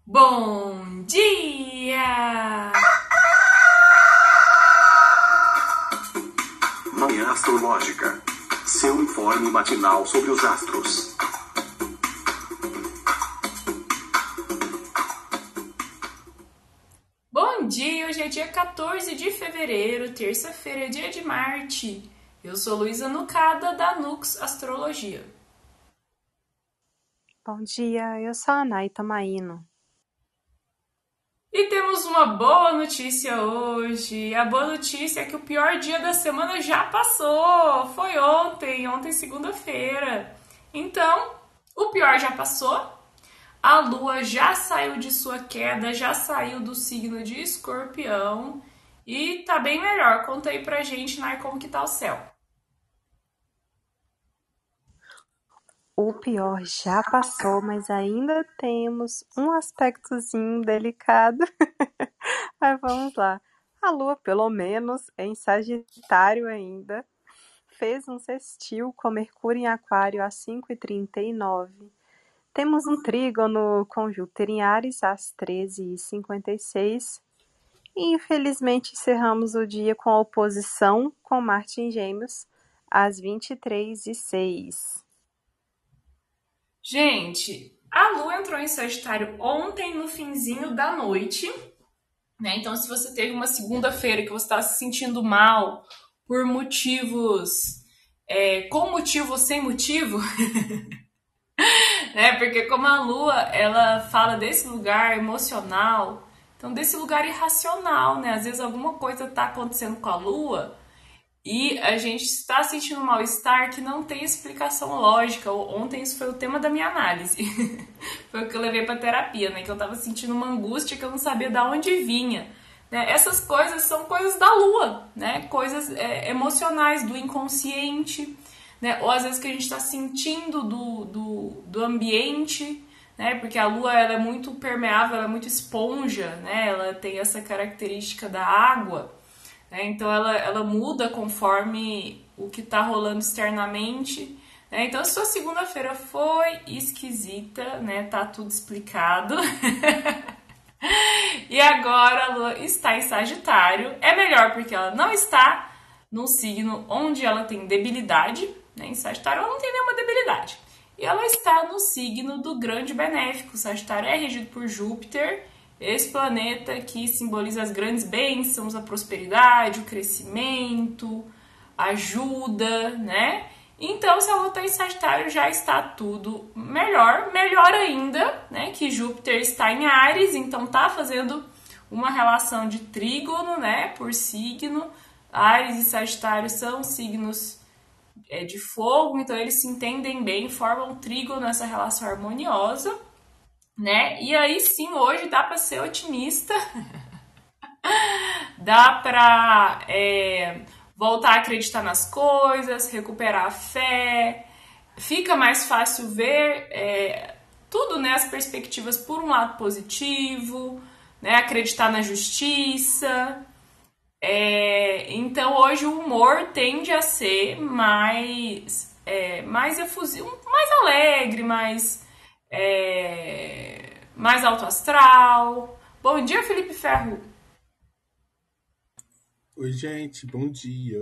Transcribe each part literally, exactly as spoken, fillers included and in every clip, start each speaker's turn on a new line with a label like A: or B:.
A: Bom dia!
B: Manhã Astrológica. Seu informe matinal sobre os astros.
A: Bom dia! Hoje é dia quatorze de fevereiro, terça-feira, dia de Marte. Eu sou Luísa Nucada, da Nux Astrologia.
C: Bom dia, eu sou a Nay Tomaino.
A: E temos uma boa notícia hoje. A boa notícia é que o pior dia da semana já passou. Foi ontem, ontem segunda-feira. Então, o pior já passou. A Lua já saiu de sua queda, já saiu do signo de Escorpião e tá bem melhor. Conta aí pra gente, Nay, como que tá o céu.
C: O pior já passou, mas ainda temos um aspectozinho delicado. Mas vamos lá. A Lua, pelo menos, é em Sagitário ainda. Fez um sextil com Mercúrio em Aquário às cinco e trinta e nove. Temos um trígono com Júpiter em Áries às treze e cinquenta e seis. E infelizmente encerramos o dia com a oposição com Marte em Gêmeos às vinte e três e seis.
A: Gente, a Lua entrou em Sagitário ontem no finzinho da noite, né? Então, se você teve uma segunda-feira que você está se sentindo mal por motivos, é, com motivo ou sem motivo, né? Porque como a Lua, ela fala desse lugar emocional, então desse lugar irracional, né? Às vezes alguma coisa está acontecendo com a Lua e a gente está sentindo um mal-estar que não tem explicação lógica. Ontem isso foi o tema da minha análise. Foi o que eu levei para terapia, né? Que eu estava sentindo uma angústia que eu não sabia de onde vinha. Né? Essas coisas são coisas da Lua, né? Coisas é, emocionais, do inconsciente, né? Ou às vezes que a gente está sentindo do, do, do ambiente, né? Porque a Lua ela é muito permeável, ela é muito esponja, né? Ela tem essa característica da água. Né? Então ela, ela muda conforme o que está rolando externamente. Né? Então se sua segunda-feira foi esquisita, né? Tá tudo explicado. E agora a Lua está em Sagitário. É melhor porque ela não está num signo onde ela tem debilidade. Né? Em Sagitário ela não tem nenhuma debilidade. E ela está no signo do grande benéfico. Sagitário é regido por Júpiter, esse planeta que simboliza as grandes bênçãos, a prosperidade, o crescimento, a ajuda, né? Então, se a Lua está em Sagitário, já está tudo melhor. Melhor ainda, né? Que Júpiter está em Áries, então tá fazendo uma relação de trígono, né? Por signo. Áries e Sagitário são signos é, de fogo, então eles se entendem bem, formam um trígono nessa relação harmoniosa. Né? E aí sim, hoje dá para ser otimista, dá para é, voltar a acreditar nas coisas, recuperar a fé, fica mais fácil ver é, tudo, né, as perspectivas por um lado positivo, né, acreditar na justiça. É, então hoje o humor tende a ser mais, é, mais efusivo, mais alegre, mais é, mais alto astral. Bom dia, Felipe Ferro.
D: Oi, gente, bom dia.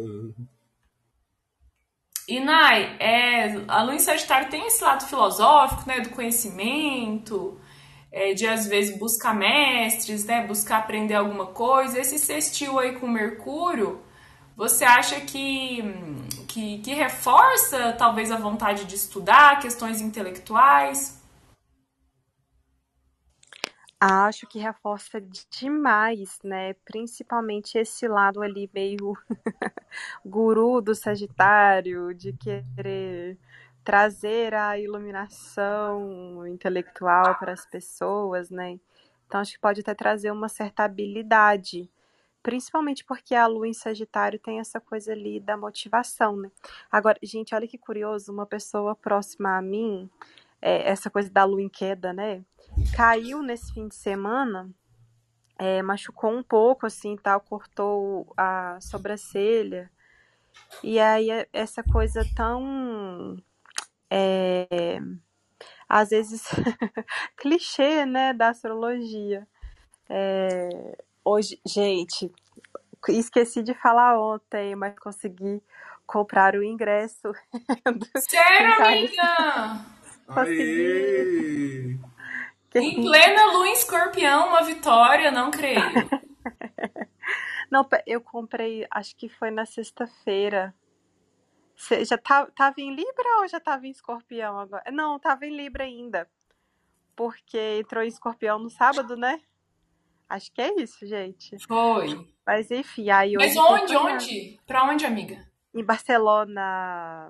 A: E Nai, é, a Lua em Sagitário tem esse lado filosófico, né, do conhecimento, é, de às vezes buscar mestres, né, buscar aprender alguma coisa. Esse sextil aí com Mercúrio, você acha que, que, que reforça talvez a vontade de estudar questões intelectuais?
C: Acho que reforça demais, né? Principalmente esse lado ali meio guru do Sagitário, de querer trazer a iluminação intelectual para as pessoas, né? Então acho que pode até trazer uma certa habilidade, principalmente porque a Lua em Sagitário tem essa coisa ali da motivação, né? Agora, gente, olha que curioso, uma pessoa próxima a mim, é, essa coisa da Lua em queda, né? Caiu nesse fim de semana, é, machucou um pouco, assim, tal, cortou a sobrancelha. E aí essa coisa tão é, às vezes, clichê, né, da astrologia. É, hoje, gente, esqueci de falar ontem, mas consegui comprar o ingresso do
A: Sério,
C: Ensaio.
A: amiga?
C: Consegui.
D: Aê!
A: Em plena lua em escorpião, uma vitória, não creio.
C: Não, pe- eu comprei, acho que foi na sexta-feira. Você já tá, tava em Libra ou já tava em Escorpião agora? Não, tava em Libra ainda. Porque entrou em Escorpião no sábado, né? Acho que é isso, gente.
A: Foi.
C: Mas enfim, aí
A: Mas
C: hoje tem que
A: onde,
C: olhar.
A: onde? Pra onde, amiga?
C: Em Barcelona.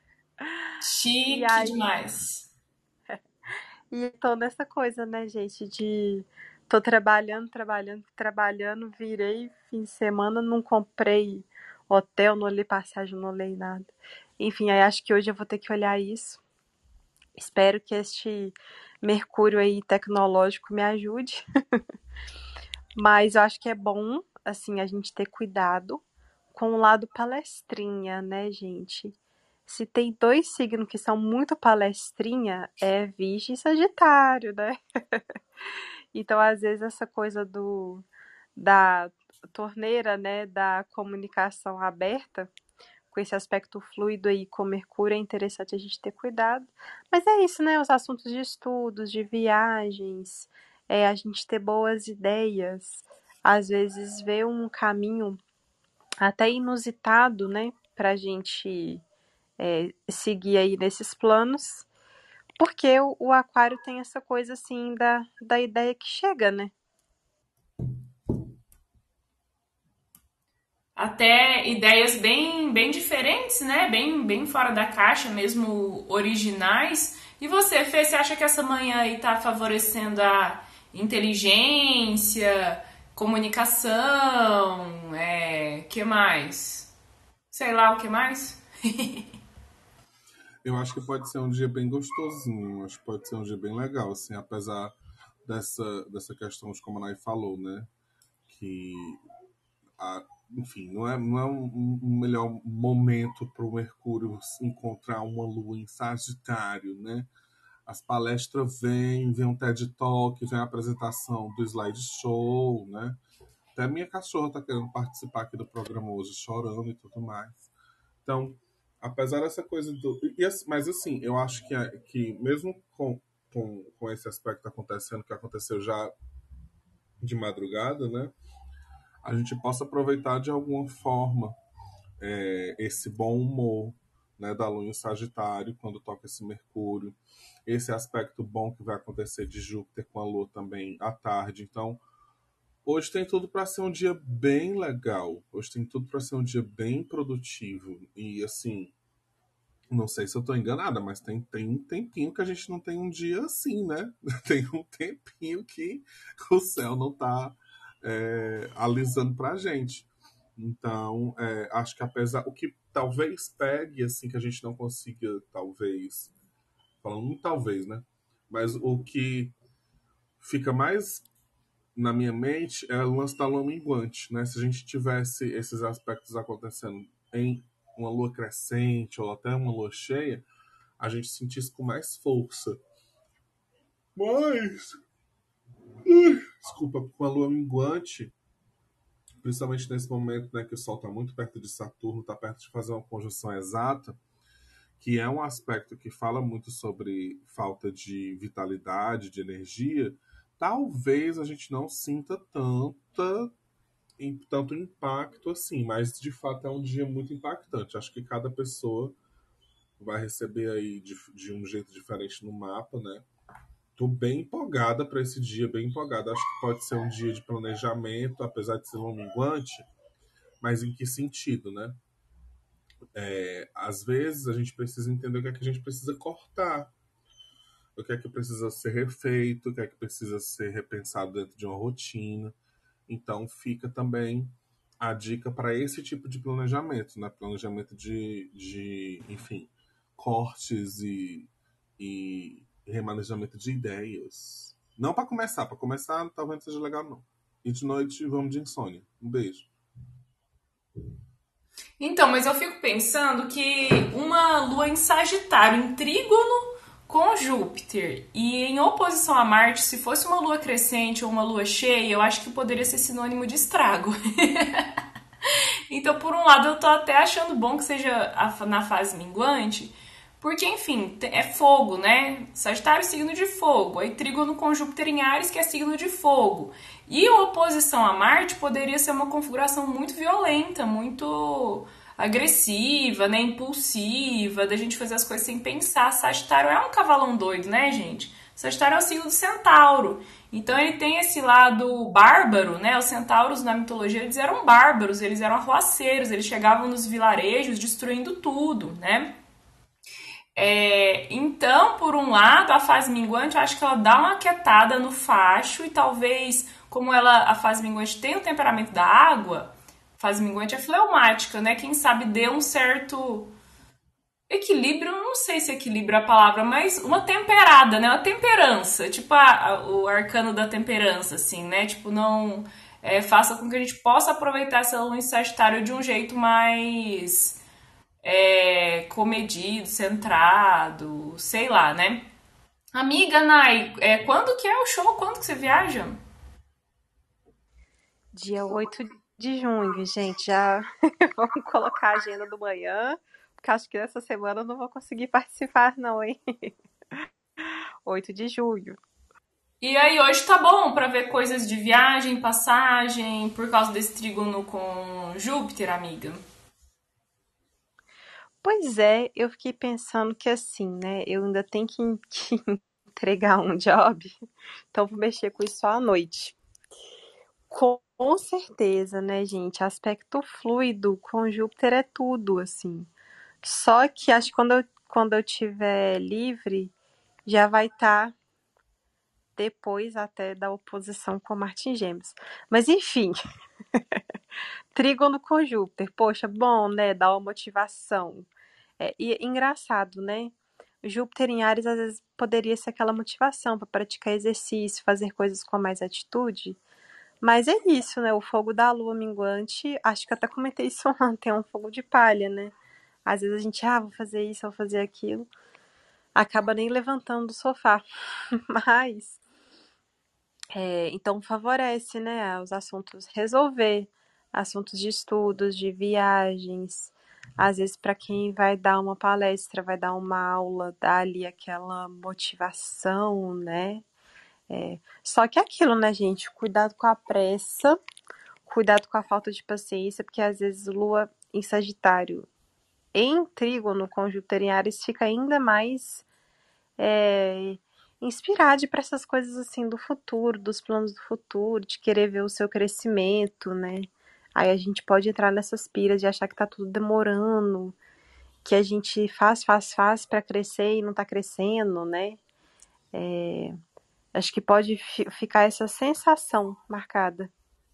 C: E
A: Chique
C: aí,
A: demais.
C: e tô nessa coisa, né, gente, de tô trabalhando, trabalhando, trabalhando, virei fim de semana, não comprei hotel, não olhei passagem, não olhei nada. Enfim, aí acho que hoje eu vou ter que olhar isso. Espero que este Mercúrio aí tecnológico me ajude. Mas eu acho que é bom, assim, a gente ter cuidado com o lado palestrinha, né, gente? Se tem dois signos que são muito palestrinha, é Virgem e Sagitário, né? Então, às vezes, essa coisa do da torneira, né, da comunicação aberta, com esse aspecto fluido aí com Mercúrio, é interessante a gente ter cuidado. Mas é isso, né? Os assuntos de estudos, de viagens, é a gente ter boas ideias, às vezes ver um caminho até inusitado, né? Pra gente é, seguir aí nesses planos. Porque o, o aquário tem essa coisa assim da, da ideia que chega, né?
A: Até ideias bem, bem diferentes, né? Bem, bem fora da caixa, mesmo originais. E você, Fê, você acha que essa manhã aí tá favorecendo a inteligência, comunicação, é, que mais? Sei lá o que mais?
D: Eu acho que pode ser um dia bem gostosinho, acho que pode ser um dia bem legal, assim, apesar dessa, dessa questão de como a Nay falou, né? Que, a, enfim, não é, não é um, um melhor momento para o Mercúrio encontrar uma lua em Sagitário, né? As palestras vêm, vem um TED Talk, vem a apresentação do slideshow, né? Até minha cachorra tá querendo participar aqui do programa hoje, chorando e tudo mais. Então, apesar dessa coisa do. E, mas assim, eu acho que, que mesmo com, com, com esse aspecto acontecendo, que aconteceu já de madrugada, né? A gente possa aproveitar de alguma forma é, esse bom humor, né, da Lua em Sagitário, quando toca esse Mercúrio. Esse aspecto bom que vai acontecer de Júpiter com a Lua também à tarde. Então, hoje tem tudo para ser um dia bem legal. Hoje tem tudo para ser um dia bem produtivo. E assim, não sei se eu tô enganada, mas tem, tem um tempinho que a gente não tem um dia assim, né? Tem um tempinho que o céu não tá é, alisando pra gente. Então, é, acho que apesar. O que talvez pegue, assim, que a gente não consiga, talvez. Falando um talvez, né? Mas o que fica mais na minha mente é o lance da lua minguante, né? Se a gente tivesse esses aspectos acontecendo em uma lua crescente ou até uma lua cheia, a gente sentisse com mais força. Mas, desculpa, com a lua minguante, principalmente nesse momento, né, que o Sol está muito perto de Saturno, está perto de fazer uma conjunção exata, que é um aspecto que fala muito sobre falta de vitalidade, de energia, talvez a gente não sinta tanta tanto impacto assim, mas de fato é um dia muito impactante. Acho que cada pessoa vai receber aí de, de um jeito diferente no mapa, né? Tô bem empolgada para esse dia, bem empolgada. Acho que pode ser um dia de planejamento, apesar de ser um minguante, mas em que sentido, né? É, às vezes a gente precisa entender o que é que a gente precisa cortar, o que é que precisa ser refeito, o que é que precisa ser repensado dentro de uma rotina. Então fica também a dica para esse tipo de planejamento, né? Planejamento de, de enfim, cortes e, e remanejamento de ideias. Não para começar, para começar talvez não seja legal não. E de noite vamos de insônia. Um beijo.
A: Então, mas eu fico pensando que uma lua em Sagitário, em trígono com Júpiter e em oposição a Marte, se fosse uma lua crescente ou uma lua cheia, eu acho que poderia ser sinônimo de estrago. Então, por um lado, eu tô até achando bom que seja na fase minguante, porque, enfim, é fogo, né? Sagitário é signo de fogo, aí trígono com Júpiter em Áries, que é signo de fogo. E a oposição a Marte poderia ser uma configuração muito violenta, muito agressiva, né? Impulsiva, da gente fazer as coisas sem pensar. Sagitário é um cavalão doido, né, gente? Sagitário é o signo do centauro. Então ele tem esse lado bárbaro, né? Os centauros na mitologia eles eram bárbaros, eles eram arruaceiros, eles chegavam nos vilarejos destruindo tudo, né? É, então, por um lado, a fase minguante, eu acho que ela dá uma aquietada no facho e talvez, como ela, a fase minguante tem o temperamento da água, a fase minguante é fleumática, né? Quem sabe dê um certo equilíbrio, não sei se equilíbrio é a palavra, mas uma temperada, né? Uma temperança, tipo a, a, o arcano da temperança, assim, né? Tipo, não é, faça com que a gente possa aproveitar essa lua em Sagitário de um jeito mais é, comedido, centrado, sei lá, né? Amiga, Nai, é, quando que é o show? Quando que você viaja?
C: Dia oito de junho, gente. Já vamos colocar a agenda do manhã, porque acho que nessa semana eu não vou conseguir participar, não, hein? oito de junho.
A: E aí, hoje tá bom pra ver coisas de viagem, passagem, por causa desse trígono com Júpiter, amiga?
C: Pois é, eu fiquei pensando que assim, né? Eu ainda tenho que, que entregar um job, então vou mexer com isso só à noite. Com certeza, né, gente? Aspecto fluido com Júpiter é tudo, assim. Só que acho que quando eu, quando eu tiver livre, já vai estar depois até da oposição com Marte em Gêmeos. Mas enfim, trígono com Júpiter, poxa, bom, né? Dá uma motivação. É, e engraçado, né? Júpiter em Áries às vezes poderia ser aquela motivação para praticar exercício, fazer coisas com mais atitude. Mas é isso, né? O fogo da lua minguante, acho que eu até comentei isso ontem, é um fogo de palha, né? Às vezes a gente, ah, vou fazer isso, vou fazer aquilo, acaba nem levantando do sofá. Mas, é, então favorece, né? Os assuntos resolver, assuntos de estudos, de viagens. Às vezes, para quem vai dar uma palestra, vai dar uma aula, dá ali aquela motivação, né? É, só que é aquilo, né, gente? Cuidado com a pressa, cuidado com a falta de paciência, porque às vezes Lua em Sagitário, em trígono com Júpiter em Áries, fica ainda mais é, inspirado para essas coisas assim do futuro, dos planos do futuro, de querer ver o seu crescimento, né? Aí a gente pode entrar nessas piras de achar que tá tudo demorando, que a gente faz, faz, faz para crescer e não tá crescendo, né? É, acho que pode fi- ficar essa sensação marcada.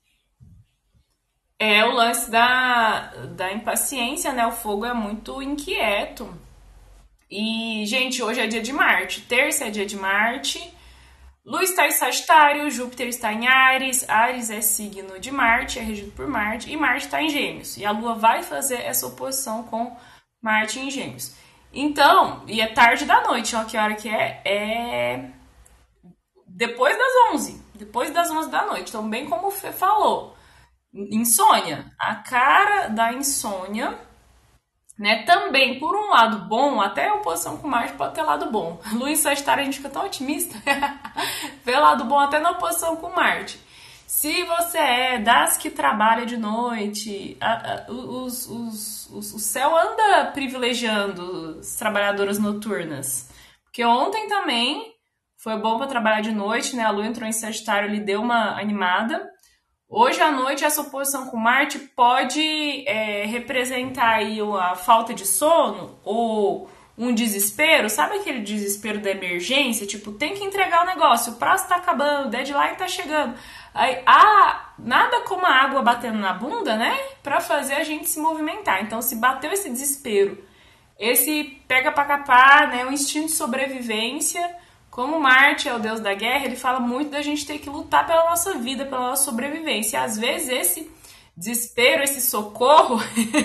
A: É o lance da, da impaciência, né? O fogo é muito inquieto. E, gente, hoje é dia de Marte. Terça é dia de Marte. Lua está em Sagitário, Júpiter está em Áries. Áries é signo de Marte, é regido por Marte. E Marte está em Gêmeos. E a Lua vai fazer essa oposição com Marte em Gêmeos. Então, e é tarde da noite, ó, que hora que é? É depois das onze. Depois das onze da noite. Então, bem como o Fê falou. Insônia. A cara da insônia, né? Também, por um lado bom, até a oposição com Marte pode ter lado bom. Lua em Sagitário a gente fica tão otimista. Vê lado bom até na oposição com Marte. Se você é das que trabalha de noite, a, a, os, os, os, o céu anda privilegiando as trabalhadoras noturnas. Porque ontem também foi bom para trabalhar de noite, né? A Lua entrou em Sagitário, ele deu uma animada. Hoje à noite, essa oposição com Marte pode é, representar aí a falta de sono ou um desespero. Sabe aquele desespero da emergência? Tipo, tem que entregar o negócio, o prazo tá acabando, o deadline tá chegando. Aí, ah, nada como a água batendo na bunda, né? Pra fazer a gente se movimentar. Então, se bateu esse desespero, esse pega pra capar, né? O instinto de sobrevivência. Como Marte é o deus da guerra, ele fala muito da gente ter que lutar pela nossa vida, pela nossa sobrevivência. E às vezes esse desespero, esse socorro,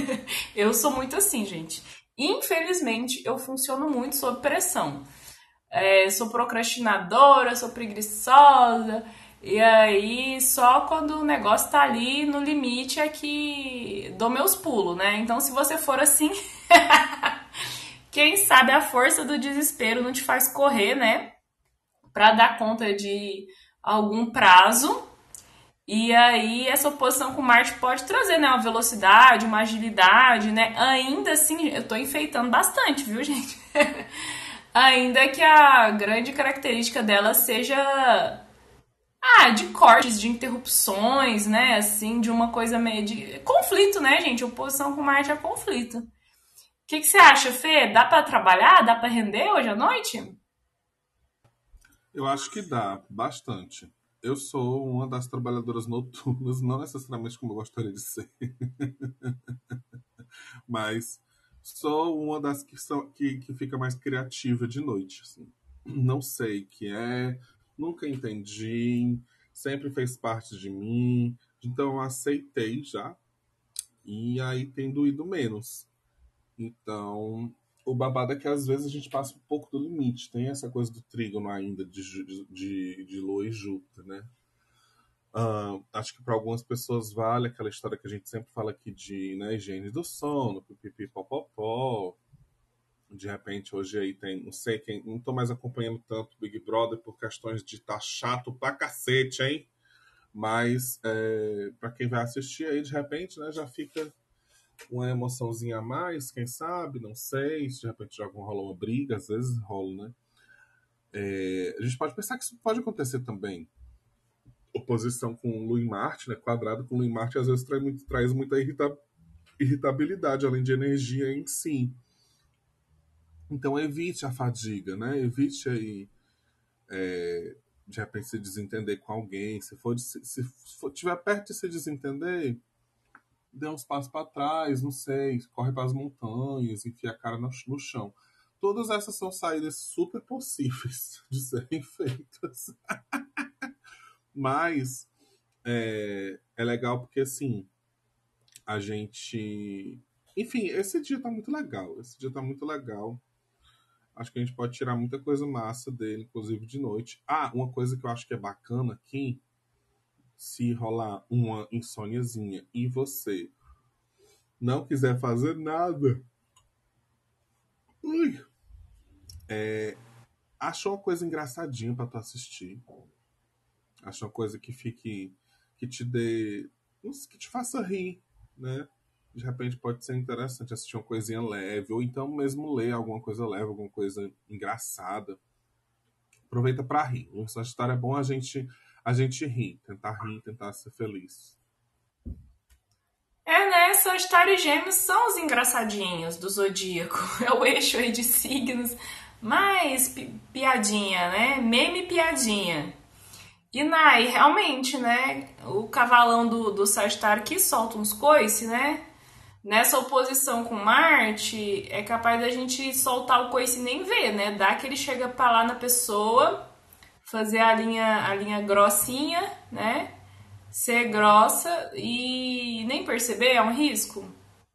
A: eu sou muito assim, gente. Infelizmente, eu funciono muito sob pressão. é, sou procrastinadora, sou preguiçosa. E aí, só quando o negócio tá ali no limite é que dou meus pulos, né? Então, se você for assim, quem sabe a força do desespero não te faz correr, né? Pra dar conta de algum prazo. E aí, essa oposição com Marte pode trazer, né? Uma velocidade, uma agilidade, né? Ainda assim, eu tô enfeitando bastante, viu, gente? Ainda que a grande característica dela seja ah, de cortes, de interrupções, né? Assim, de uma coisa meio de conflito, né, gente? Oposição com Marte é conflito. O que, que você acha, Fê? Dá pra trabalhar? Dá pra render hoje à noite?
D: Eu acho que dá, bastante. Eu sou uma das trabalhadoras noturnas, não necessariamente como eu gostaria de ser, mas sou uma das que, são, que, que fica mais criativa de noite. Assim. Não sei o que é, nunca entendi, sempre fez parte de mim, então eu aceitei já, e aí tem doído menos. Então, o babado é que às vezes a gente passa um pouco do limite. Tem essa coisa do trígono ainda, de, Ju- de, de Lua e Júpiter, né? Ah, acho que para algumas pessoas vale aquela história que a gente sempre fala aqui de né, higiene do sono, pipipi, popopó. De repente, hoje aí tem, não sei quem, não tô mais acompanhando tanto Big Brother por questões de tá chato pra cacete, hein? Mas é, para quem vai assistir aí, de repente, né, já fica uma emoçãozinha a mais, quem sabe, não sei, se de repente já rola uma briga, às vezes rola, né? É, a gente pode pensar que isso pode acontecer também. Oposição com Lua em Marte, né? Quadrado com Lua em Marte, às vezes traz, muito, traz muita irrita- irritabilidade, além de energia em si. Então evite a fadiga, né? Evite aí, é, de repente, se desentender com alguém. Se for, se, se for tiver perto de se desentender, dê uns passos para trás, não sei, corre para as montanhas, enfia a cara no, no chão. Todas essas são saídas super possíveis de serem feitas. Mas é, é legal porque, assim, a gente... Enfim, esse dia tá muito legal. Esse dia tá muito legal. Acho que a gente pode tirar muita coisa massa dele, inclusive de noite. Ah, uma coisa que eu acho que é bacana aqui, se rolar uma insôniazinha e você não quiser fazer nada, ui, acha uma coisa engraçadinha pra tu assistir. Acha uma coisa que fique, que te dê, que te faça rir, né? De repente pode ser interessante assistir uma coisinha leve, ou então mesmo ler alguma coisa leve, alguma coisa engraçada. Aproveita pra rir. No Sagitário é bom a gente, a gente rir, tentar rir, tentar ser feliz.
A: É, né? Sagitário e Gêmeos são os engraçadinhos do zodíaco. É o eixo aí de signos mais pi- piadinha, né? Meme piadinha. E Nai, realmente, né? O cavalão do, do Sagitário que solta uns coice, né? Nessa oposição com Marte, é capaz da gente soltar o coice e nem ver, né? Dá que ele chega pra lá na pessoa, fazer a linha, a linha grossinha, né? Ser grossa e nem perceber, é um risco.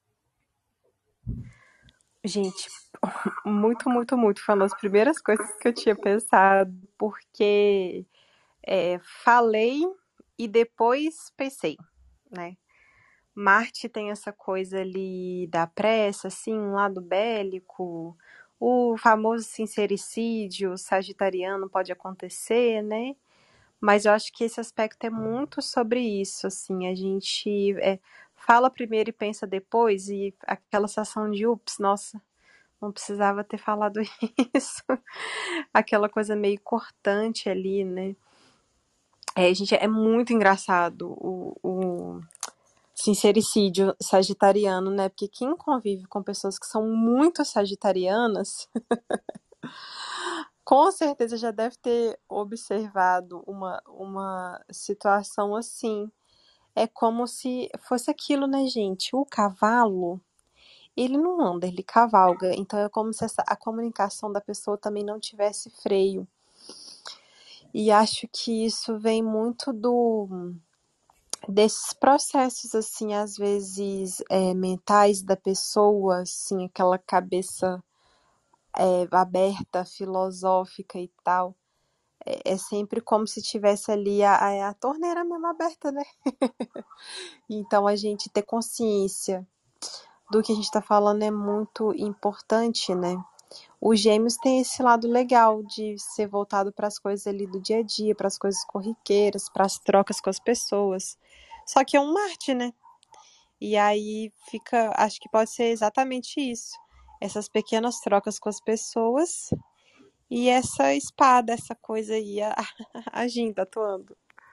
C: Gente, muito, muito, muito. Foi uma das primeiras coisas que eu tinha pensado, porque é, falei e depois pensei, né? Marte tem essa coisa ali da pressa, assim, um lado bélico, o famoso sincericídio sagitariano pode acontecer, né? Mas eu acho que esse aspecto é muito sobre isso, assim, a gente é, fala primeiro e pensa depois, e aquela sensação de ups, nossa, não precisava ter falado isso, aquela coisa meio cortante ali, né? É, gente, é muito engraçado o, o sincericídio sagitariano, né? Porque quem convive com pessoas que são muito sagitarianas, com certeza já deve ter observado uma, uma situação assim. É como se fosse aquilo, né, gente? O cavalo, ele não anda, ele cavalga. Então é como se essa, a comunicação da pessoa também não tivesse freio. E acho que isso vem muito do desses processos, assim, às vezes é, mentais da pessoa, assim, aquela cabeça é, aberta, filosófica e tal. É, é sempre como se tivesse ali a, a, a torneira mesmo aberta, né? Então a gente ter consciência do que a gente está falando é muito importante, né? Os Gêmeos tem esse lado legal de ser voltado para as coisas ali do dia a dia, para as coisas corriqueiras, para as trocas com as pessoas. Só que é um Marte, né? E aí fica, acho que pode ser exatamente isso. Essas pequenas trocas com as pessoas e essa espada, essa coisa aí a- agindo, atuando.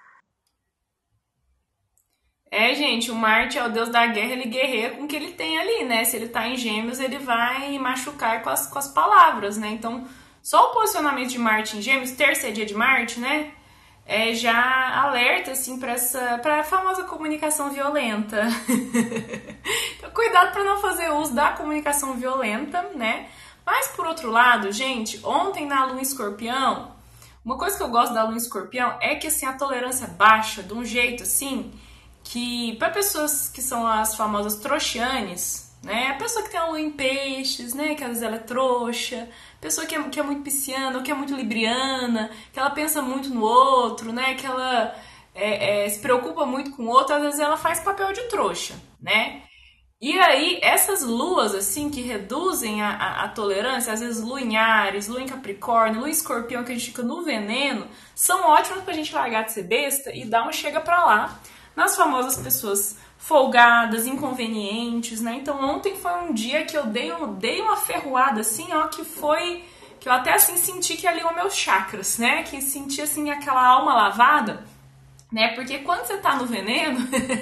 A: É, gente, o Marte é o deus da guerra, ele guerreia com o que ele tem ali, né? Se ele tá em Gêmeos, ele vai machucar com as, com as palavras, né? Então, só o posicionamento de Marte em Gêmeos, terça é dia de Marte, né? É, já alerta, assim, pra essa, pra famosa comunicação violenta. Então, cuidado para não fazer uso da comunicação violenta, né? Mas, por outro lado, gente, ontem na Lua em Escorpião, uma coisa que eu gosto da Lua em Escorpião é que, assim, a tolerância baixa de um jeito, assim, que para pessoas que são as famosas trouxianes, né? A pessoa que tem a lua em peixes, né? Que às vezes ela é trouxa, pessoa que é, que é muito pisciana ou que é muito libriana, que ela pensa muito no outro, né? Que ela é, é, se preocupa muito com o outro, às vezes ela faz papel de trouxa, né? E aí, essas luas, assim, que reduzem a, a, a tolerância, às vezes lua em Áries, lua em Capricórnio, lua em Escorpião, que a gente fica no veneno, são ótimas pra gente largar de ser besta e dar um chega pra lá nas famosas pessoas folgadas, inconvenientes, né? Então, ontem foi um dia que eu dei, um, dei uma ferroada, assim, ó, que foi... que eu até, assim, senti que alinhou meus chakras, né? Que senti, assim, aquela alma lavada, né? Porque quando você tá no veneno...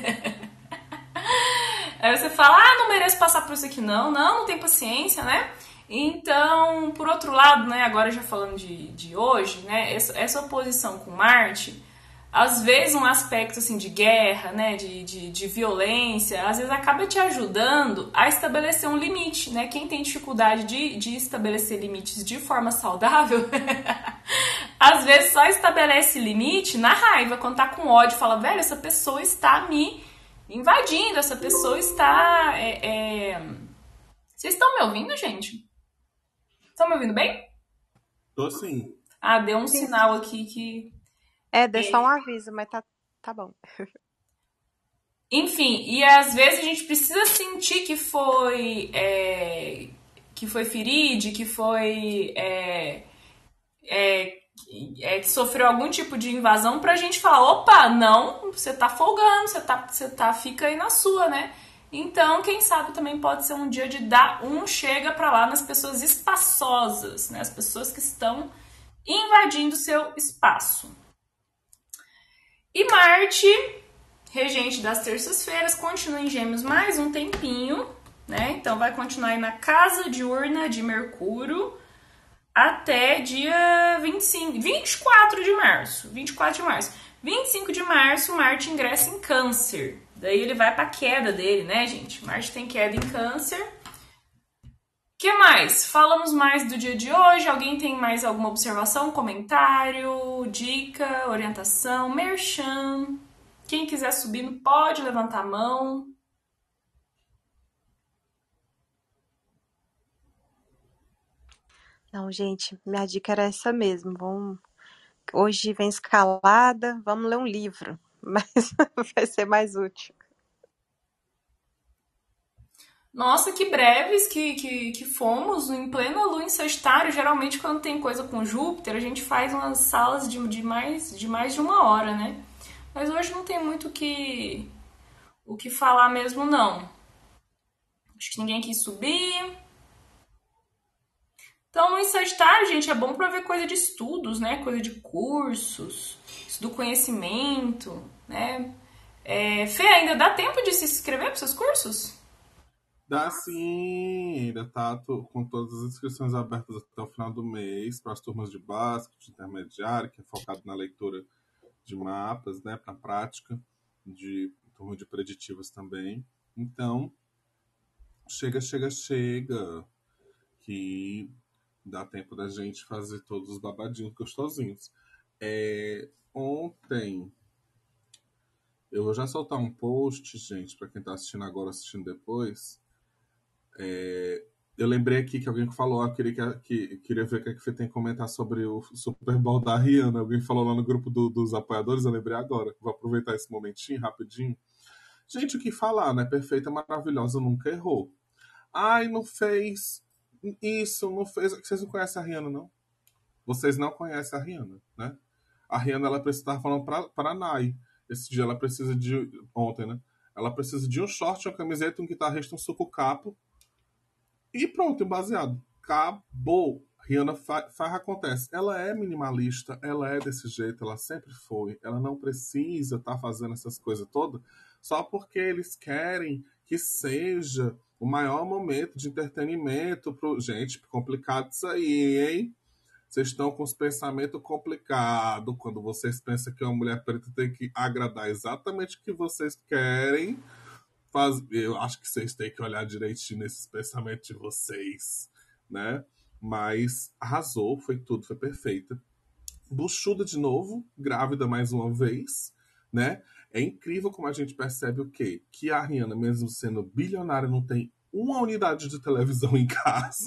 A: Aí você fala, ah, não mereço passar por isso aqui não, não, não tem paciência, né? Então, por outro lado, né, agora já falando de, de hoje, né, essa, essa oposição com Marte, às vezes um aspecto assim de guerra, né, de, de, de violência, às vezes acaba te ajudando a estabelecer um limite, né? Quem tem dificuldade de, de estabelecer limites de forma saudável, às vezes só estabelece limite na raiva, quando tá com ódio, fala, velho, essa pessoa está me invadindo, essa pessoa está... É, é... Vocês estão me ouvindo, gente? Estão me ouvindo bem?
D: Tô sim.
A: Ah, deu um
C: Sim.
A: sinal aqui que...
C: É, deu só um aviso, mas tá, tá bom.
A: Enfim, e às vezes a gente precisa sentir que foi... É... que foi feride, que foi... É... É... É, que sofreu algum tipo de invasão pra gente falar, opa, não, você tá folgando, você tá, você tá, fica aí na sua, né? Então, quem sabe também pode ser um dia de dar um chega pra lá nas pessoas espaçosas, né? As pessoas que estão invadindo seu espaço. E Marte, regente das terças-feiras, continua em Gêmeos mais um tempinho, né? Então vai continuar aí na casa diurna de Mercúrio até dia vinte e cinco, vinte e quatro de março. vinte e quatro de março. vinte e cinco de março, Marte ingressa em Câncer. Daí ele vai pra queda dele, né, gente? Marte tem queda em Câncer. O que mais? Falamos mais do dia de hoje. Alguém tem mais alguma observação, comentário, dica, orientação, merchan? Quem quiser subir pode levantar a mão.
C: Não, gente, minha dica era essa mesmo. Vamos... Hoje vem escalada, vamos ler um livro, mas vai ser mais útil.
A: Nossa, que breves que, que, que fomos em plena lua em Sagitário. Geralmente, quando tem coisa com Júpiter, a gente faz umas salas de, de, mais, de mais de uma hora, né? Mas hoje não tem muito o que, o que falar mesmo, não. Acho que ninguém quis subir. Então, lua em Sagitário, gente, é bom pra ver coisa de estudos, né? Coisa de cursos, do conhecimento, né? É, Fê, ainda dá tempo de se inscrever para seus cursos?
D: Dá sim, ainda tá to- com todas as inscrições abertas até o final do mês para as turmas de básico, de intermediário, que é focado na leitura de mapas, né, para prática, de turma de preditivas também. Então, chega, chega, chega, que dá tempo da gente fazer todos os babadinhos gostosinhos. É, ontem, eu vou já soltar um post, gente, para quem está assistindo agora, assistindo depois, Eu lembrei aqui que alguém falou, eu queria, que, que- queria ver o que, é que você tem que comentar sobre o Super Bowl da Rihanna. Alguém falou lá no grupo do- dos apoiadores, eu lembrei agora. Vou aproveitar esse momentinho, rapidinho. Gente, o que falar, né? Perfeita, maravilhosa, nunca errou. Ai, não fez isso, não fez. Vocês não conhecem a Rihanna, não? Vocês não conhecem a Rihanna, né? A Rihanna, ela precisa estar falando pra, pra Nai. Esse dia ela precisa de. Ontem, né? Ela precisa de um short, uma camiseta, um guitarrista, um suco capo. E pronto, baseado. Acabou. Rihanna fa faz acontece. Ela é minimalista, ela é desse jeito, ela sempre foi. Ela não precisa estar fazendo essas coisas todas só porque eles querem que seja o maior momento de entretenimento pro. Gente, complicado isso aí, hein? Vocês estão com os pensamentos complicados quando vocês pensam que uma mulher preta tem que agradar exatamente o que vocês querem. Faz... Eu acho que vocês têm que olhar direitinho nesses pensamentos de vocês, né? Mas arrasou, foi tudo, foi perfeita. Buchuda de novo, grávida mais uma vez, né? É incrível como a gente percebe o quê? Que a Rihanna, mesmo sendo bilionária, não tem uma unidade de televisão em casa.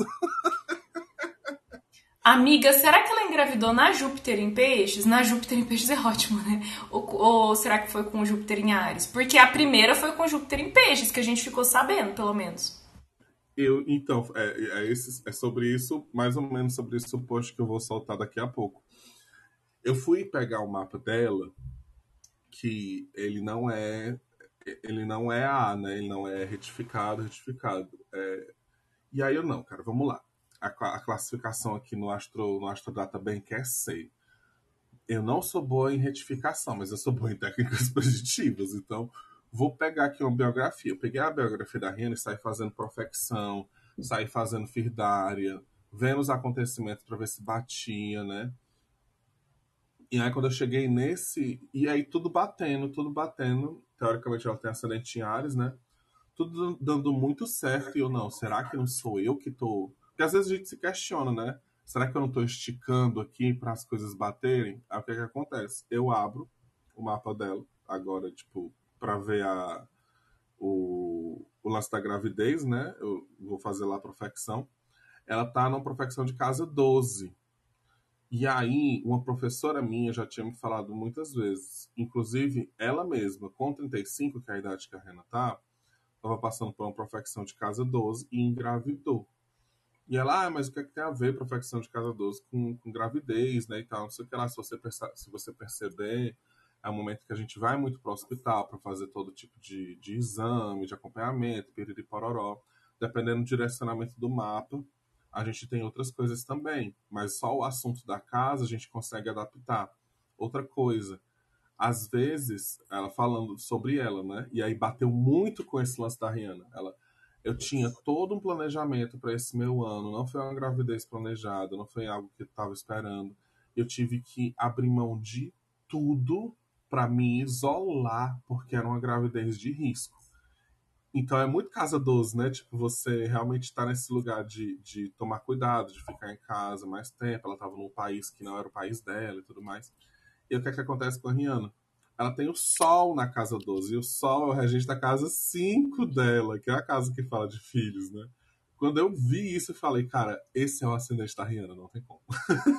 A: Amiga, será que ela engravidou na Júpiter em Peixes? Na Júpiter em Peixes é ótimo, né? Ou, ou será que foi com Júpiter em Ares? Porque a primeira foi com Júpiter em Peixes, que a gente ficou sabendo, pelo menos.
D: Eu, então, é, é, esse, é sobre isso, mais ou menos sobre isso o post que eu vou soltar daqui a pouco. Eu fui pegar o mapa dela, que ele não é ele não é A, né? Ele não é retificado, retificado. É, e aí eu não, cara, vamos lá. A, a classificação aqui no Astro, no Astrodata Bank é C. Eu não sou boa em retificação, mas eu sou boa em técnicas positivas. Então, vou pegar aqui uma biografia. Eu peguei a biografia da Rihanna e saí fazendo profecção, saí fazendo firdária, vendo os acontecimentos para ver se batia, né? E aí, quando eu cheguei nesse. E aí, tudo batendo, tudo batendo. Teoricamente, ela tem ascendente em Ares, né? Tudo dando muito certo. E eu, não, será que não sou eu que tô. Porque às vezes a gente se questiona, né? Será que eu não tô esticando aqui para as coisas baterem? Aí o que que acontece? Eu abro o mapa dela, agora, tipo, para ver a, o, o lance da gravidez, né? Eu vou fazer lá a profecção. Ela tá numa profecção de casa doze. E aí, uma professora minha já tinha me falado muitas vezes, inclusive ela mesma, com trinta e cinco, que é a idade que a Rena tá, estava passando por uma profecção de casa doze e engravidou. E ela, ah, mas o que, é que tem a ver profecção de casa doze com, com gravidez, né, e tal, não sei o que lá, se você, perce- se você perceber, é um momento que a gente vai muito para o hospital para fazer todo tipo de, de exame, de acompanhamento, piriri pororó, dependendo do direcionamento do mapa, a gente tem outras coisas também, mas só o assunto da casa a gente consegue adaptar. Outra coisa, às vezes, ela falando sobre ela, né? E aí bateu muito com esse lance da Rihanna. Ela, eu tinha todo um planejamento para esse meu ano, não foi uma gravidez planejada, não foi algo que eu estava esperando. Eu tive que abrir mão de tudo para me isolar, porque era uma gravidez de risco. Então é muito casa doze, né? Tipo, você realmente tá nesse lugar de, de tomar cuidado, de ficar em casa mais tempo. Ela tava num país que não era o país dela e tudo mais. E o que é que acontece com a Rihanna? Ela tem o Sol na casa doze. E o Sol é o regente da casa cinco dela, que é a casa que fala de filhos, né? Quando eu vi isso, eu falei, cara, esse é o ascendente da Rihanna, não tem como.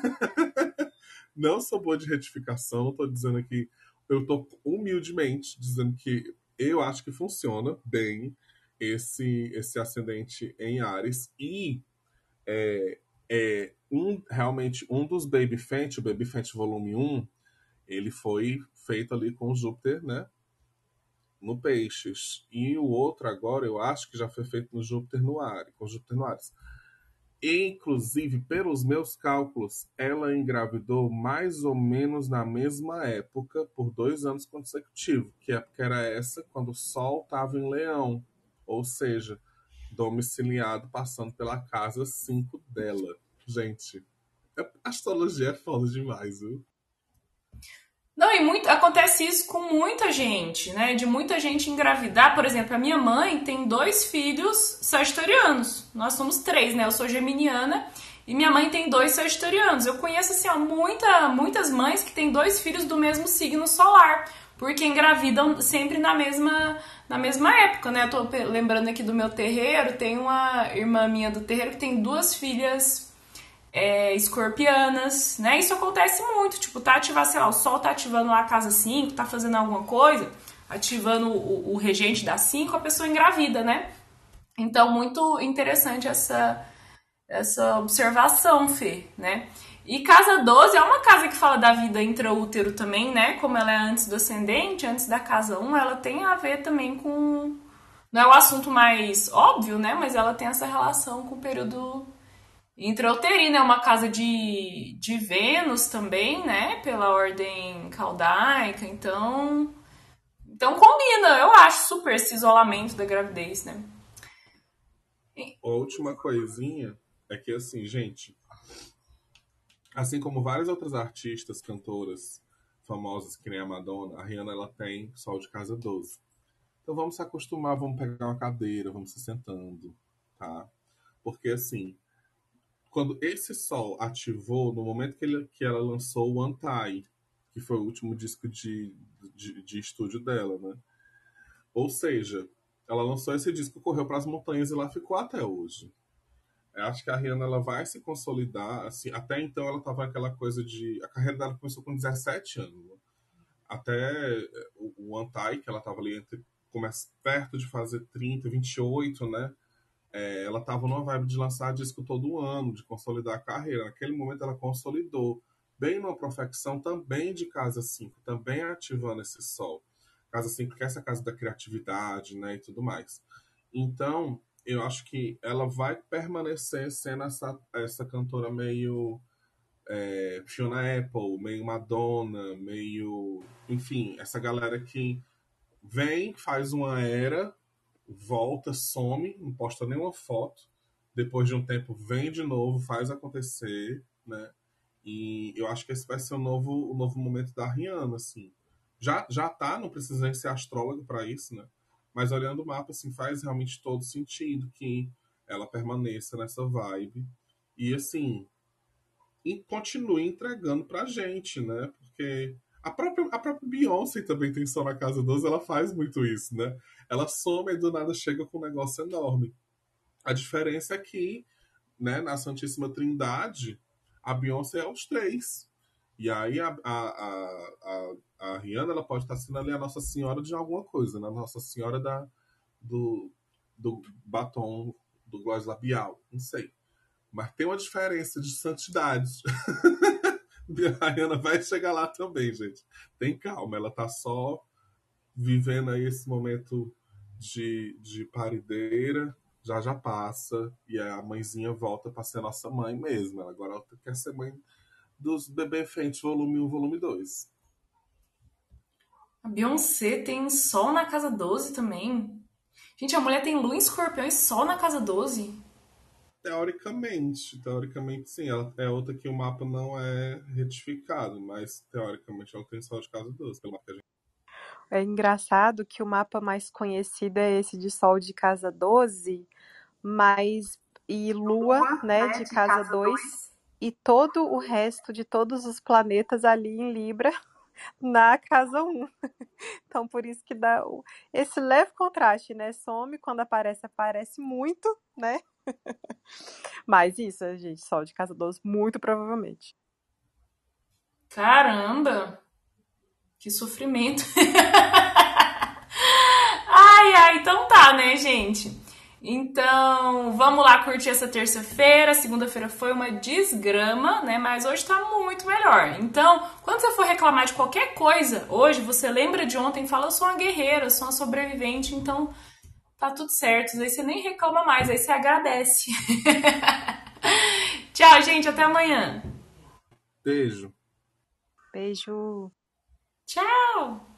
D: Não sou boa de retificação, tô dizendo aqui, eu tô humildemente dizendo que eu acho que funciona bem esse, esse ascendente em Ares. E é, é um, realmente um dos Baby Fenty, o Baby Fenty Volume um, ele foi feito ali com Júpiter, né? No Peixes. E o outro agora, eu acho que já foi feito no Júpiter no Ares, com Júpiter no Ares. Inclusive, pelos meus cálculos, ela engravidou mais ou menos na mesma época, por dois anos consecutivos, que época era essa, quando o Sol estava em Leão, ou seja, domiciliado, passando pela casa cinco dela. Gente, a astrologia é foda demais, viu?
A: Não, e muito, acontece isso com muita gente, né? De muita gente engravidar. Por exemplo, a minha mãe tem dois filhos sagitarianos. Nós somos três, né? Eu sou geminiana E minha mãe tem dois sagitarianos. Eu conheço, assim, ó, muita, muitas mães que têm dois filhos do mesmo signo solar, porque engravidam sempre na mesma, na mesma época, né? Eu tô lembrando aqui do meu terreiro, tem uma irmã minha do terreiro que tem duas filhas é, escorpianas, né? Isso acontece muito, tipo, tá ativando, sei lá, o sol tá ativando lá a casa cinco, tá fazendo alguma coisa, ativando o, o regente da cinco, a pessoa engravida, né? Então, muito interessante essa... essa observação, Fê, né? E casa doze é uma casa que fala da vida intraútero também, né? Como ela é antes do ascendente, antes da casa um, ela tem a ver também com... Não é o assunto mais óbvio, né? Mas ela tem essa relação com o período intrauterino. É uma casa de, de Vênus também, né? Pela ordem caldaica. Então, então combina, eu acho, super esse isolamento da gravidez, né?
D: A última coisinha é que, assim, gente, assim como várias outras artistas, cantoras famosas, que nem a Madonna, a Rihanna, ela tem sol de casa doze. Então vamos se acostumar, vamos pegar uma cadeira, vamos se sentando, tá? Porque, assim, quando esse sol ativou, no momento que, ele, que ela lançou o Antai, que foi o último disco de, de, de estúdio dela, né? Ou seja, ela lançou esse disco, correu para as montanhas e lá ficou até hoje. Eu acho que a Rihanna ela vai se consolidar. Assim, até então ela estava aquela coisa de... A carreira dela começou com dezessete anos. Né? Até o, o Antai, que ela estava ali entre, começa, perto de fazer trinta, vinte e oito, né? É, ela estava numa vibe de lançar disco todo ano, de consolidar a carreira. Naquele momento ela consolidou. Bem numa profecção também de Casa cinco, também ativando esse sol. Casa cinco, que é essa casa da criatividade, né? E tudo mais. Então... eu acho que ela vai permanecer sendo essa, essa cantora meio é, Fiona Apple, meio Madonna, meio... Enfim, essa galera que vem, faz uma era, volta, some, não posta nenhuma foto, depois de um tempo vem de novo, faz acontecer, né? E eu acho que esse vai ser o novo, o novo momento da Rihanna, assim. Já, já tá, não precisa nem ser astrólogo para isso, né? Mas olhando o mapa, assim, faz realmente todo sentido que ela permaneça nessa vibe. E, assim, e continue entregando pra gente, né? Porque a própria, a própria Beyoncé também tem Sol na Casa doze, ela faz muito isso, né? Ela some e do nada chega com um negócio enorme. A diferença é que, né, na Santíssima Trindade, a Beyoncé é os três. E aí a, a, a, a, a Rihanna ela pode estar sendo ali a Nossa Senhora de alguma coisa, né? Nossa Senhora da, do, do batom do gloss labial, não sei. Mas tem uma diferença de santidade. A Rihanna vai chegar lá também, gente. Tem calma, ela tá só vivendo aí esse momento de, de parideira, já já passa, e a mãezinha volta para ser nossa mãe mesmo. Ela agora quer ser mãe dos Bebê Fenty volume um, volume dois.
A: A Beyoncé tem Sol na casa doze também. Gente, a mulher tem Lua em Escorpião e Sol na casa doze.
D: Teoricamente, teoricamente sim. Ela é outra que o mapa não é retificado, mas teoricamente ela tem Sol de casa doze, pelo mapa que a gente...
C: É engraçado que o mapa mais conhecido é esse de Sol de casa doze, mas e Lua, né, de casa dois, e todo o resto de todos os planetas ali em Libra na casa um. Então, por isso que dá o- esse leve contraste, né? Some, quando aparece, aparece muito, né? Mas isso, gente, Sol de casa doze, muito provavelmente.
A: Caramba! Que sofrimento. Ai, ai, então tá, né, gente? Então, vamos lá curtir essa terça-feira. Segunda-feira foi uma desgrama, né? Mas hoje tá muito melhor. Então, quando você for reclamar de qualquer coisa, hoje você lembra de ontem e fala: eu sou uma guerreira, eu sou uma sobrevivente, então tá tudo certo. Aí você nem reclama mais, aí você agradece. Tchau, gente, até amanhã.
D: Beijo.
C: Beijo.
A: Tchau!